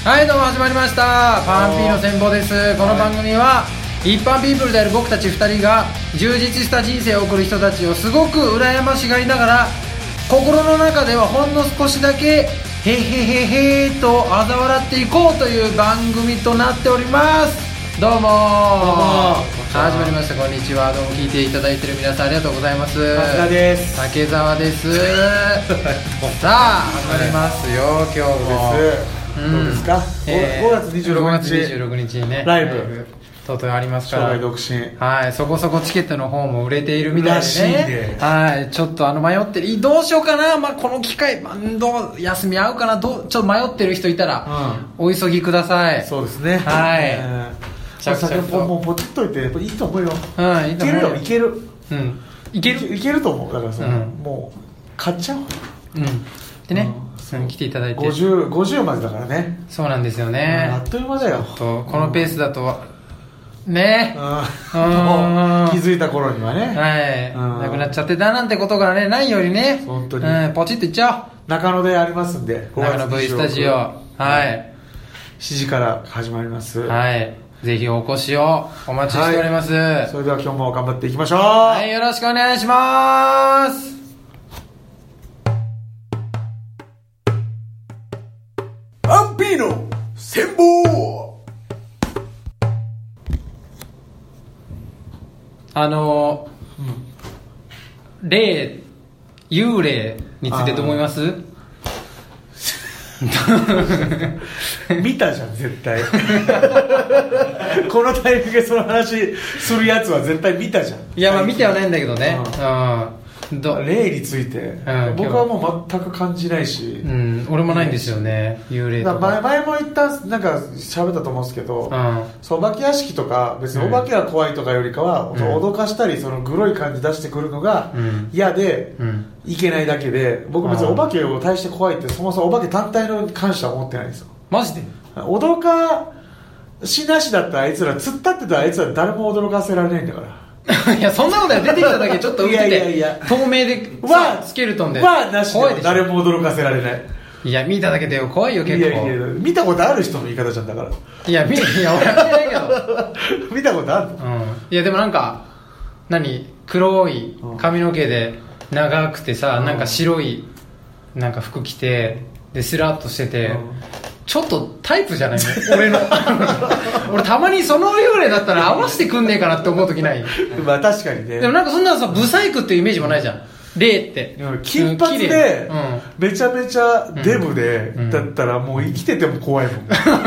はい、どうも始まりました。パンピーの戦法です。この番組は一般ピープルである僕たち2人が充実した人生を送る人たちをすごく羨ましがりながら、心の中ではほんの少しだけへへへへと嘲笑っていこうという番組となっております。どうも始まりました。こんにちは。どうも聞いていただいている皆さんありがとうございます。 松田です。 竹澤ですさあ始まりますよ、今日も。 どうですか、5月26日にねライブとうとうありますから、 生涯独身、 はい、そこそこチケットの方も売れているみたいでね、 らしいね。 はい、ちょっと迷ってる、どうしようかな、この機会、休み合うかな、ちょっと迷ってる人いたら、お急ぎください。 そうですね、 はい、 もうポチっといていいと思うよ。いけるよ、いける、いけると思う。だからもう買っちゃおう。 でね、来ていただいて 50までだからね。 そうなんですよね。 あっという間だよ。 このペースだとね、 もう気づいた頃にはね、 はい、なくなっちゃってたなんてことがね、ないよりね、 本当に、 ポチッといっちゃおう。 中野でありますんで、 中野 V スタジオ、はい、 7時から始まります。 はい、ぜひお越しをお待ちしております。はい、 それでは今日も頑張っていきましょう。 はい、よろしくお願いします。 パンピーの戦法。 霊、幽霊についてどう思います？ 見たじゃん絶対このタイミングでその話するやつは絶対見たじゃん。 いや、見てはないんだけどね。 霊について、僕はもう全く感じないし、 俺もないんですよね、幽霊とか。 前も言ったなんか喋ったと思うんですけど、お化け屋敷とか別にお化けが怖いとかよりかは、脅かしたりそのグロい感じ出してくるのが嫌でいけないだけで、僕別にお化けを対して怖いってそもそもお化け単体の関しては思ってないんですよ。 マジで？ 脅かしなしだったあいつら、突っ立ってたあいつら誰も驚かせられないんだからいや、そんなことは出てきただけちょっと浮いてて、透明でスケルトンでなしで誰も驚かせられない。 いや、見ただけで怖いよ結構。 いや見たことある人の言い方じゃんだから。 いや、俺は見てないけど見たことあるの？ いや、でも黒い髪の毛で長くてさ、なんか白いなんか服着てでスラッとしてて、ちょっとタイプじゃないの俺の俺たまにその幽霊だったら合わせてくんねえかなって思う時ない？ まあ確かにね。 でもなんかそんなさ、ブサイクっていうイメージもないじゃん、霊って。 金髪でめちゃめちゃデブでだったらもう生きてても怖いもん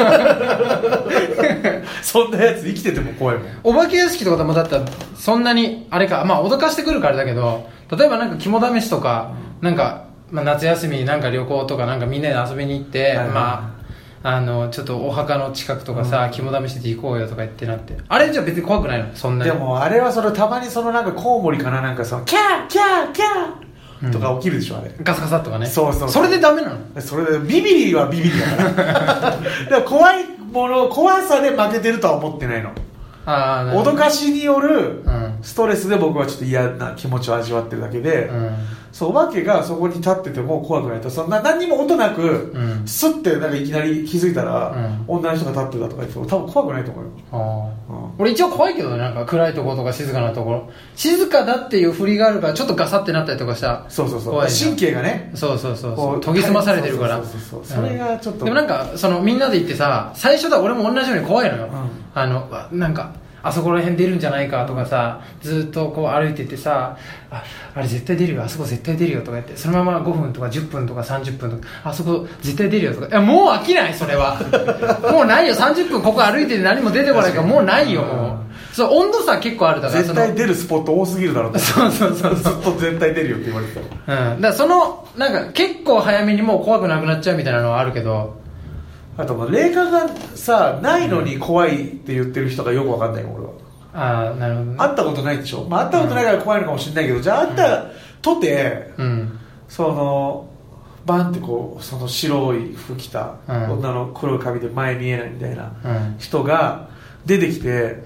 そんなやつ生きてても怖いもん。 お化け屋敷とかでもだったらそんなにあれか、脅かしてくるからだけど、例えばなんか肝試しとか、なんか夏休みなんか旅行とかなんかみんなで遊びに行って、ちょっとお墓の近くとかさ、肝試してて行こうよとか言ってなって、あれじゃ別に怖くないの？そんなに。 でもあれはたまになんかコウモリかな、なんかキャーキャーキャーとか起きるでしょ、あれガサガサとかね。 そうそれでダメなの？ それでビビリはビビリだからだから怖いもの、怖さで負けてるとは思ってないの。脅かしによるストレスで僕はちょっと嫌な気持ちを味わってるだけで、お化けがそこに立ってても怖くないと、何にも音なく、スッてなんかいきなり気づいたら、女の人が立ってたとか言っても多分怖くないと思うよ。 俺一応怖いけどね、なんか暗いところとか静かなところ、静かだっていう振りがあるからちょっとガサってなったりとかした。 そう神経がね、 そう研ぎ澄まされてるから。 それがちょっと。 でもなんかみんなで行ってさ、最初だ俺も同じように怖いのよ。なんかあそこら辺出るんじゃないかとかさ、ずっとこう歩いててさ、あれ絶対出るよ、あそこ絶対出るよとか言って、そのまま5分とか10分とか30分とか、あそこ絶対出るよとか、いやもう飽きないそれはもうないよ、30分ここ歩いてて何も出てこないからもうないよ、もう温度差結構あるだから、 絶対出るスポット多すぎるだろうそうずっと絶対出るよって言われてた。 だからなんか結構早めにもう怖くなくなっちゃうみたいなのはあるけど、 あと霊感がさないのに怖いって言ってる人がよく分かんないよ俺は。 なるほどね。 会ったことないでしょ。会ったことないから怖いのかもしれないけど、じゃあ会ったとて、バンってその白い服着た女の黒い髪で前見えないみたいな人が出てきて、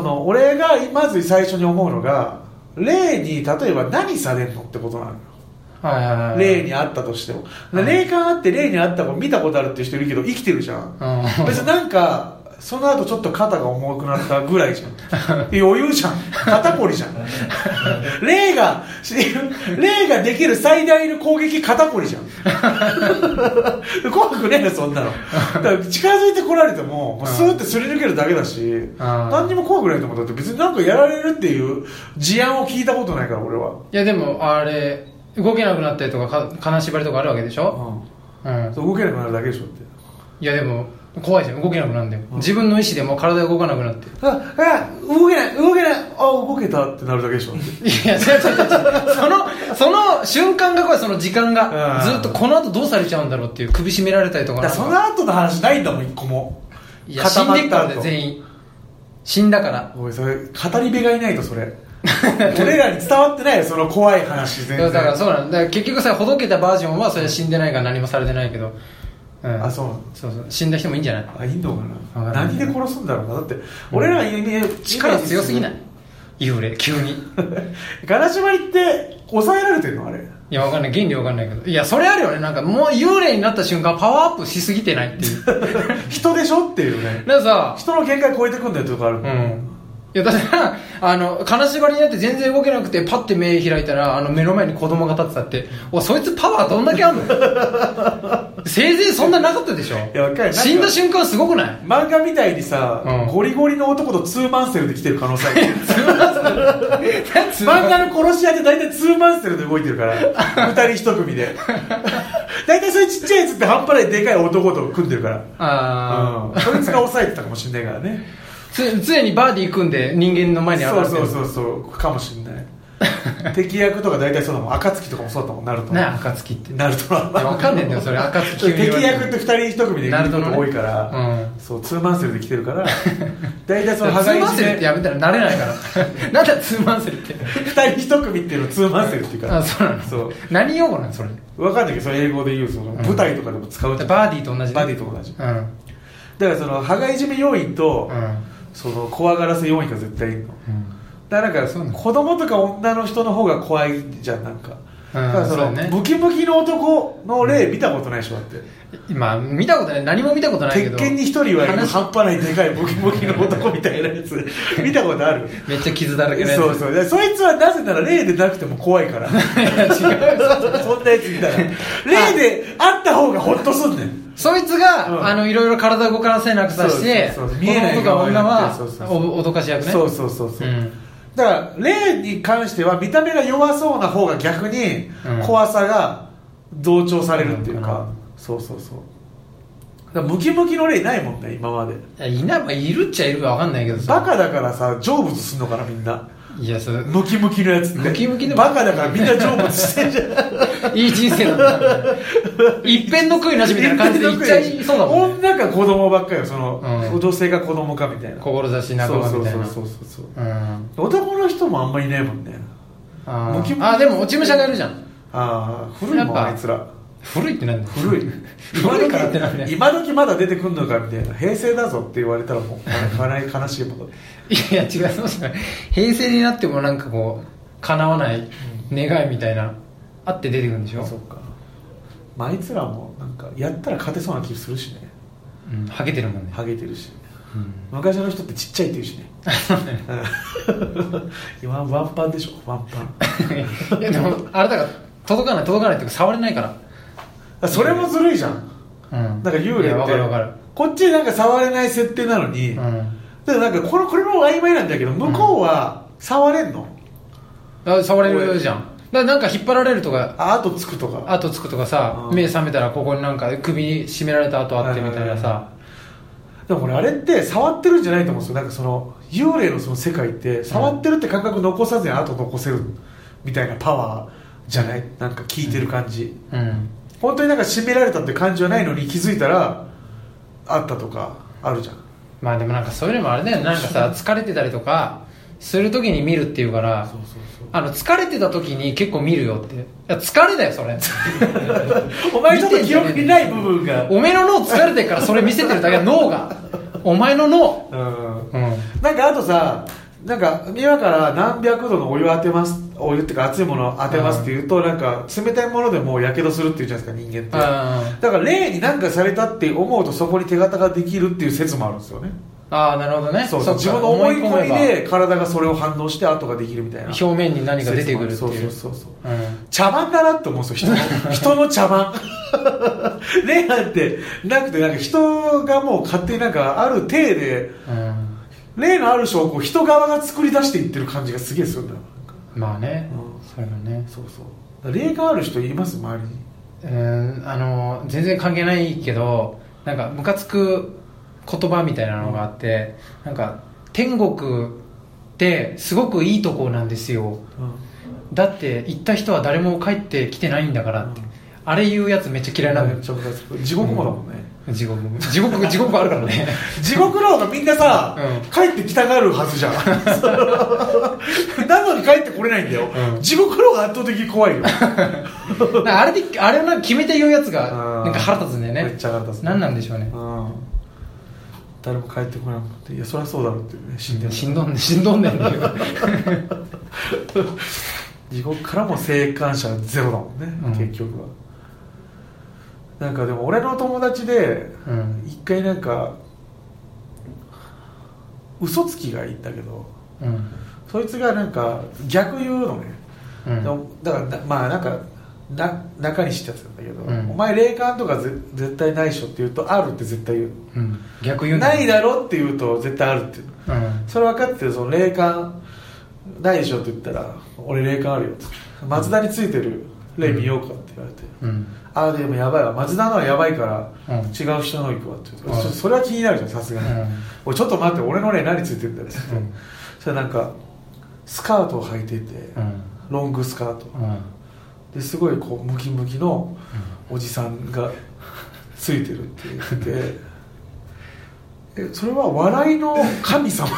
俺がまず最初に思うのが、霊に例えば何されるのってことなのよ。 霊に会ったとしても、霊感あって霊に会った子見たことあるっていう人いるけど生きてるじゃん、別になんかその後ちょっと肩が重くなったぐらいじゃん余裕じゃん、肩こりじゃん霊ができる最大の攻撃肩こりじゃん怖くねえよそんなの。だから近づいてこられてもスーってすり抜けるだけだし、何にも怖くないと思う。だって別になんかやられるっていう事案を聞いたことないから俺は。 いやでもあれ動けなくなったりとか金縛りとかあるわけでしょ、 動けなくなるだけでしょって。 いやでも怖いじゃん、動けなくなるんだよ、自分の意思でもう体が動かなくなって動けない動けたってなるだけでしょって。 いや違うその瞬間が怖い、その時間が、ずっとこの後どうされちゃうんだろうっていう、首絞められたりとか、 だからその後の話ないんだもん一個も。 いや死んでっからで全員死んだから。 おいそれ語り部がいないとそれ俺らに伝わってないよその怖い話全然。 だからそうなんだ、結局さほどけたバージョンはそれ死んでないから何もされてないけど、そう死んだ人もいいんじゃない。 いいのかな、何で殺すんだろうな。だって俺ら力強すぎない幽霊急に金縛りって抑えられてるのあれ。 いやわかんない、原理わかんないけど、いやそれあるよね、なんかもう幽霊になった瞬間パワーアップしすぎてないっていう人でしょっていうね。 なんかさ人の限界超えてくんだよってとこあるもん、 いやだから金縛りになって全然動けなくてパッて目開いたら目の前に子供が立ってたって、そいつパワーどんだけあんのせいぜいそんななかったでしょ。いや分かる、死んだ瞬間すごくない。 漫画みたいにさ、ゴリゴリの男とツーマンセルで来てる可能性ある漫画の殺し屋って大体ツーマンセルで動いてるから2人1組で大体そういうちっちゃいやつって半端ないでかい男と組んでるから、そいつが抑えてたかもしれないからね常にバーディー組んで人間の前に現れてる。 そうかもしれない敵役とか大体そうだもん。暁とかもそうだもん。ナルトね、暁ってナルトの分かんねえんだよそれ。暁急に敵役って2人1組でいることが多いから、そうツーマンセルで来てるから大体そのツーマンセルってやめたら慣れないからなんだツーマンセルって 2人1組っていうのをツーマンセルっていうから。 そうなの。そう何用語なのそれ。 分かんないけどそれ英語で言うその舞台とかでも使う、 バーディーと同じ、 バーディーと同じ、だからその羽交い締め要員と、その怖がらせ要員が絶対いるの、だからなんか子供とか女の人の方が怖いじゃん。なんかだからそのムキムキの男の例見たことないでしょ。だって今見たことない、何も見たことないけど、 鉄拳に一人はいる半端ないでかいムキムキの男みたいなやつ見たことあるめっちゃ傷だらけのやつ。 そうそいつはなぜなら霊でなくても怖いからいや違うそんなやつ見たら霊であった方がホッとすんねん。 そいつが、いろいろ体動かせなくさして、 見えない子供とか女は脅かし役ね。 そう、だから霊に関しては見た目が弱そうな方が逆に怖さが同調されるっていうか、そうだからムキムキの霊ないもんね今まで。 いるっちゃいるか分かんないけどさ、 バカだからさ成仏すんのかなみんな。 いやそれムキムキのやつってムキムキでバカだからみんな成仏してんじゃんいい人生なんだ一遍の悔いなしみたいな感じで言っちゃいそうだもんね。 女か子供ばっかりよ、その、女性が子供かみたいな志仲間みたいな。 そう、男の人もあんまりいないもんね。 でも落ち武者がいるじゃん。 古いもんあいつら。 古いってなんだ。 古いからってなんだ。今時まだ出てくんのかみたいな。平成だぞって言われたらもう悲しいもの。 いや違う、そうじゃない。平成になってもなんかこう叶わない願いみたいなあって出てくるんでしょ。 そうか。あいつらもなんかやったら勝てそうな気するしね。 ハゲてるもんね。 ハゲてるし、昔の人ってちっちゃいって言うしね今ワンパンでしょ、ワンパンいやでもあれだから届かないっていうか触れないから。 それもずるいじゃん。なんか幽霊ってこっちなんか触れない設定なのに、だからなんかこれも曖昧なんだけど向こうは触れんの、 触れるじゃん。だからなんか引っ張られるとか後つくとかさ、目覚めたらここになんか首絞められた跡あってみたいなさ、 でも俺あれって触ってるんじゃないと思うんですよ。なんかその幽霊のその世界って触ってるって感覚残さずに後残せるみたいなパワーじゃない。なんか聞いてる感じ、本当になんか絞められたって感じはないのに気づいたらあったとかあるじゃん。 まあでもなんかそういうのもあれだよね。なんかさ疲れてたりとかする時に見るっていうから、疲れてた時に結構見るよって。いや疲れだよそれお前ちょっと記憶にない部分がお前の脳疲れてるからそれ見せてるだけ。脳がお前の脳、 なんかあとさ、なんか今から何百度のお湯を当お湯っていうか熱いものを当てますっていうと、なんか冷たいものでもやけどするっていうじゃないですか、人間って。だから霊に何かされたって思うとそこに手形ができるっていう説もあるんですよね。 ああ、なるほどね。 そうそう、自分の思い込みで体がそれを反応して後ができるみたいな。 表面に何か出てくるっていう。 そう、茶番だなって思うんですよ、人の茶番。霊なんてなくて、なんか人がもう勝手になんかある体で、霊のある証拠を人側が作り出していってる感じがすげえするんだよ。 まあね、それはね。 そうそう。霊がある人います、周りに。 全然関係ないけど、なんかムカつく言葉みたいなのがあって、なんか天国ってすごくいいとこなんですよ、だって行った人は誰も帰ってきてないんだからって、あれ言うやつめっちゃ嫌いなんだよ。 地獄もだもんね。 地獄あるからね。 地獄の方がみんなさ、帰ってきたがるはずじゃん。なのに帰ってこれないんだよ。地獄の方が圧倒的に怖いよ。 あれをなんか決めて言うやつがなんか腹立つんだよね。 めっちゃ腹立つ。 何なんでしょうね。 誰も帰ってこなくて、いやそりゃそうだろうっていうね、死んどんねんだよ。 地獄からも生還者ゼロだもんね、結局は。なんかでも俺の友達で一回なんか嘘つきがいたけど、そいつがなんか逆言うのね、だからまあなんか中西ってやつなんだけど、お前霊感とか絶対ないっしょって言うとあるって絶対言う、 逆言うないだろって言うと絶対あるって言う、それ分かってる。その霊感ないでしょって言ったら俺霊感あるよって、松田についてる霊見ようかって言われて、ああでもやばいわ、松田のはやばいから違う人の行くわって言って、それは気になるじゃん、さすがに。おいちょっと待って、俺の霊何ついてるんだよって言って、それなんかスカートを履いていて、ロングスカートですごいこうムキムキのおじさんがついてるって言ってて、それは笑いの神様。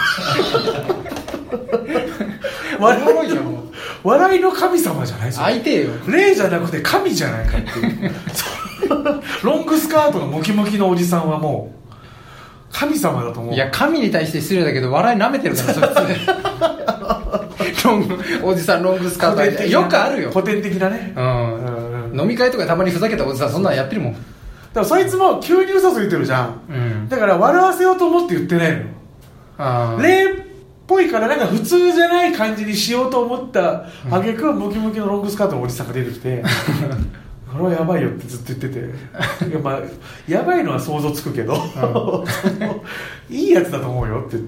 笑いの神様じゃないですか。 相手よ。 霊じゃなくて神じゃないかっていう。ロングスカートのムキムキのおじさんはもう神様だと思う。 いや、神に対して失礼だけど笑い舐めてるからそいつ。おじさんロングスカートよくあるよ。 古典的なね。 飲み会とかたまにふざけたおじさんそんなのやってるもん。 だからそいつも急に嘘ついてるじゃん。だから笑わせようと思って言ってないの。霊っぽいからなんか普通じゃない感じにしようと思った挙句ムキムキのロングスカートのおじさんが出てきて、これはやばいよってずっと言ってて、いや、まあ、やばいのは想像つくけど、いいやつだと思うよって言って、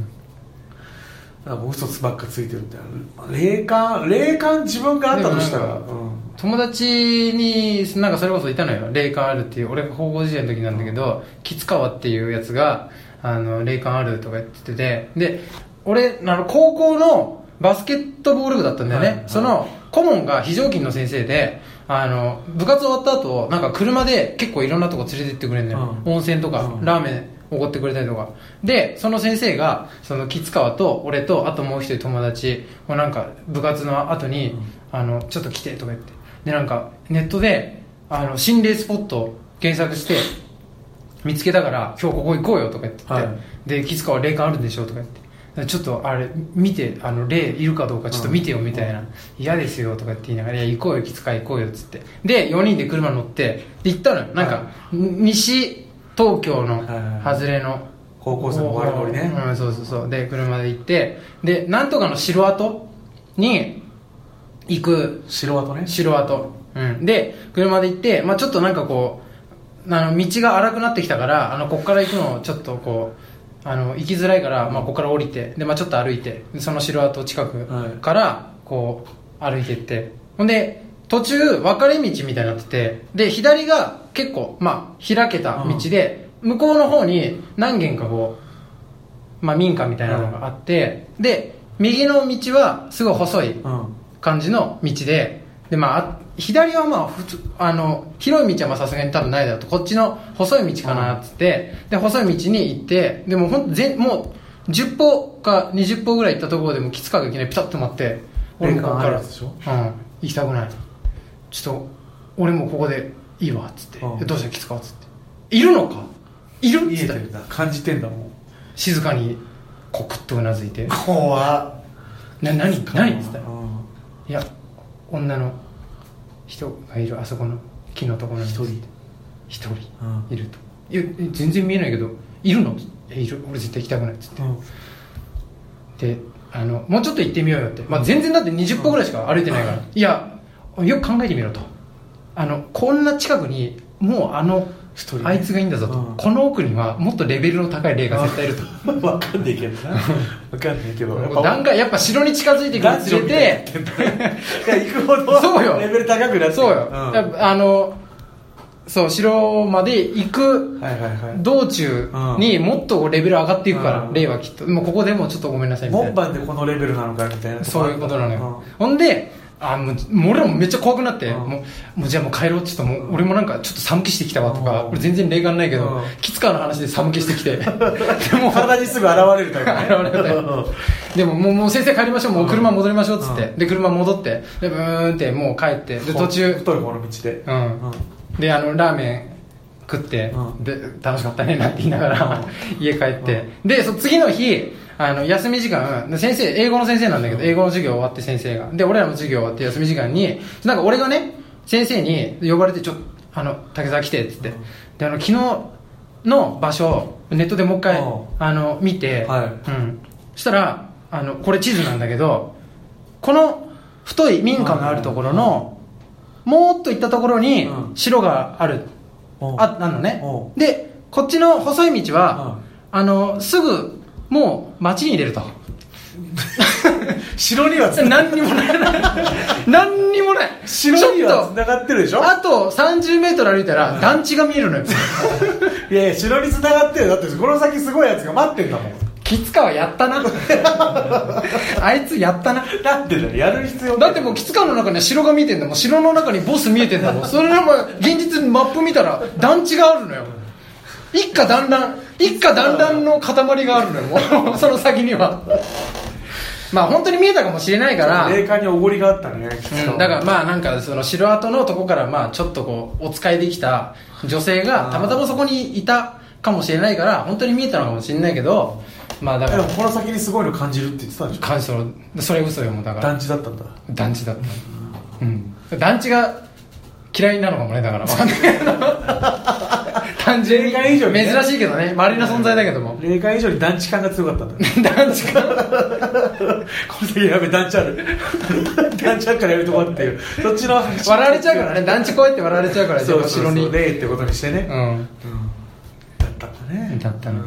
もう嘘つばっかついてるみたいな。霊感自分があったとしたら、 友達になんかそれこそいたのよ、霊感あるっていう。俺が高校時代の時なんだけど、吉川っていうやつが霊感あるとか言ってて、で俺高校のバスケットボール部だったんだよね、その顧問が非常勤の先生で、部活終わった後なんか車で結構いろんなとこ連れてってくれるんだよ、温泉とか、ラーメンおごってくれたりとかで、その先生がその吉川と俺とあともう一人友達をなんか部活の後に、ちょっと来てとか言って、でなんかネットで心霊スポット検索して見つけたから今日ここ行こうよとか言って、で吉川霊感あるんでしょとか言って、ちょっとあれ見て、霊いるかどうかちょっと見てよみたいな、嫌ですよとかって言いながら、いや行こうよ吉川行こうよっつって、で4人で車乗ってで行ったのよ。なんか西東京の外れの高校生の終わりのりね、 そうで車で行って、でなんとかの城跡に行く。 城跡ね。 城跡、で車で行って、ちょっとなんかこう道が荒くなってきたから、ここから行くのちょっとこう行きづらいから、ここから降りて、でちょっと歩いて、その城跡近くからこう歩いていって、ほんで途中分かれ道みたいになってて、で左が結構開けた道で、向こうの方に何軒かこう民家みたいなのがあって、で右の道はすごい細い感じの道で、左は普通広い道はさすがに多分ないだろうと、こっちの細い道かなっつって、で細い道に行って、でももう10歩か20歩ぐらい行ったところでも吉川がいきなりピタッと止まって、 俺もここから行きたくない、ちょっと俺もここでいいわっつって、どうした吉川っつって、いるのかいるっつって感じてんだもん。 静かにこうクッとうなずいて、 怖っ、 何っつったら、 いや女の人がいる、あそこの木のところに一人いると、いや全然見えないけどいるの、いる、俺絶対行きたくないっつって、でもうちょっと行ってみようよって、まあ、全然だって20歩ぐらいしか歩いてないから、いやよく考えてみろと、こんな近くにもうあいつがいいんだぞと、この奥にはもっとレベルの高い霊が絶対いると。 分かんないけどな、分かんないけど段階やっぱ城に近づいていくにつれて行くほどそうよレベル高くなってそうよ、やっぱそう城まで行く道中にもっとレベル上がっていくから、霊はきっともうここでもちょっとごめんなさいみたいな、 門番でこのレベルなのかみたいな、 そういうことなのよ、ほんでもう俺らもめっちゃ怖くなって、もうじゃあもう帰ろうって言ったら、もう俺もなんかちょっと寒気してきたわとか、俺全然霊感ないけど、吉川の話で寒気してきてでも体にすぐ現れるタイプね現れるタイプでももう先生帰りましょう、もう車戻りましょうっつって、で車戻ってでブーンってもう帰って、で途中太い方の道ででラーメン食って、で楽しかったねなんて言いながら家帰って、で次の日休み時間、先生英語の先生なんだけど、英語の授業終わって先生がで、俺らの授業終わって休み時間になんか俺がね先生に呼ばれて、竹澤来てっつって、で昨日の場所ネットでもう一回見て、そしたらこれ地図なんだけど、この太い民家のあるところのもっと行ったところに城がある、あのね、でこっちの細い道はすぐもう町に入れると城には何にもない何にもない、 城には繋がってるでしょ、 あと30メートル歩いたら団地が見えるのよいやいや城に繋がってる、だってこの先すごいやつが待ってんだもん。 吉川やったなあいつやったな、 なんでだよ、やる必要だってもう吉川の中には城が見えてんだもん、城の中にボス見えてんだもんそれでも現実マップ見たら団地があるのよ、一家団らんの塊があるのよもうその先にはまあ本当に見えたかもしれないから、 霊感におごりがあったね、 だからまあなんかその城跡のとこからまあちょっとこうお使いできた女性がたまたまそこにいたかもしれないから本当に見えたのかもしれないけど、まあだからでもこの先にすごいの感じるって言ってたでしょ。 感じそれ嘘よ、もうだから団地だったんだ。 団地だった、団地が嫌いなのかもね、だから分かんないけど単純に珍しいけどね、稀な存在だけども、 霊感以上に団地感が強かったんだ団地感この先やべ、団地ある団地あるからやるとこっていう、そっちの笑われちゃうからね、団地こうやって笑われちゃうから、 そう城に霊ってことにしてね、だったんだね、 だったの、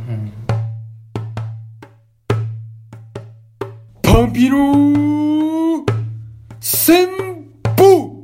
パンピロー戦法。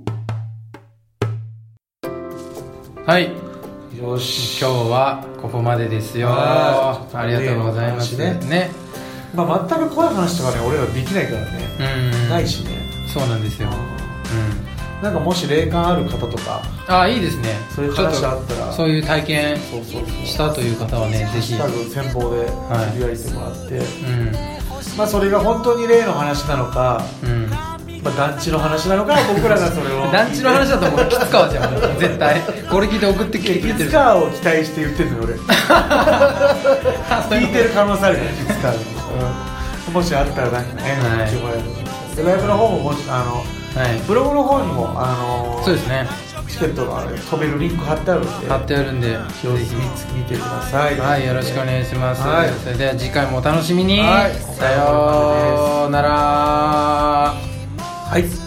はい、 よし、 今日はここまでですよ。ありがとうございますね。 まあ全く怖い話とかね、俺らできないからね、ないしね。 そうなんですよ。 なんかもし霊感ある方とか、 いいですね、 そういう話あったら、 そういう体験したという方はね、ぜひ多分戦法でつぶやいてもらって、まあそれが本当に霊の話なのか、まあ団地の話なのか、僕らがそれを団地の話だと思う、吉川じゃん絶対これ聞いて送ってきてくれてる。 吉川を期待して言ってんのよ俺聞いてる可能性あるから、吉川もしあったらなんかね、でライブの方ももしブログの方にもそうですね、 チケットの飛べるリンク貼ってあるんで、ぜひ見てください。 はい、よろしくお願いします。それでは次回もお楽しみに。さようなら。 はい。